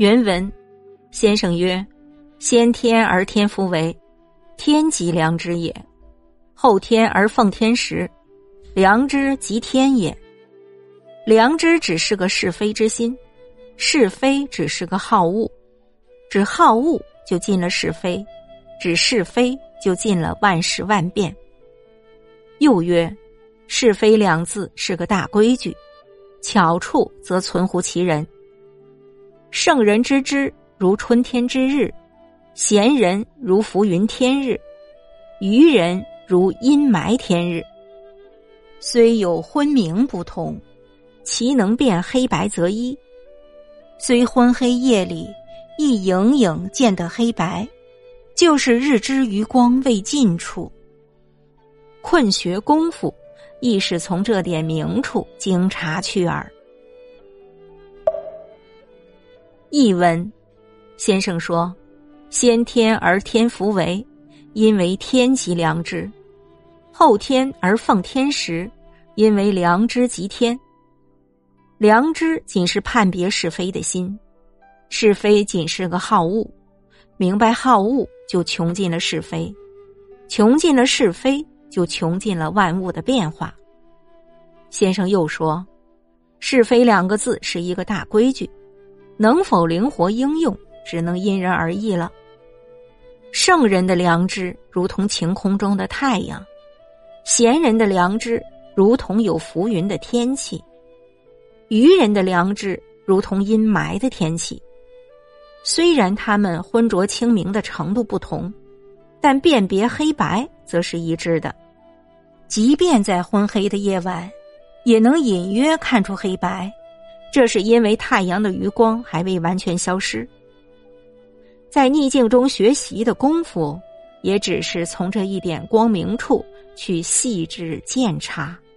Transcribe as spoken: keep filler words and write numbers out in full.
原文：先生曰：先天而天夫为，天即良知也；后天而奉天时，良知即天也。良知只是个是非之心，是非只是个好恶，只好恶就进了是非，只是非就进了万事万变。又曰：是非两字是个大规矩，巧处则存乎其人。圣人之知如春天之日，贤人如浮云天日，愚人如阴霾天日。虽有昏明不同，其能辨黑白则一。虽昏黑夜里，一影影见得黑白，就是日之余光未尽处。困学功夫，亦是从这点明处经察去耳。译文：先生说，先天而天夫为，因为天即良知；后天而奉天时，因为良知即天。良知仅是判别是非的心，是非仅是个好恶，明白好恶就穷尽了是非，穷尽了是非就穷尽了万物的变化。先生又说，是非两个字是一个大规矩，能否灵活应用，只能因人而异了。圣人的良知如同晴空中的太阳，贤人的良知如同有浮云的天气，愚人的良知如同阴霾的天气。虽然他们昏浊清明的程度不同，但辨别黑白则是一致的。即便在昏黑的夜晚，也能隐约看出黑白，这是因为太阳的余光还未完全消失。在逆境中学习的功夫，也只是从这一点光明处去细致鉴察。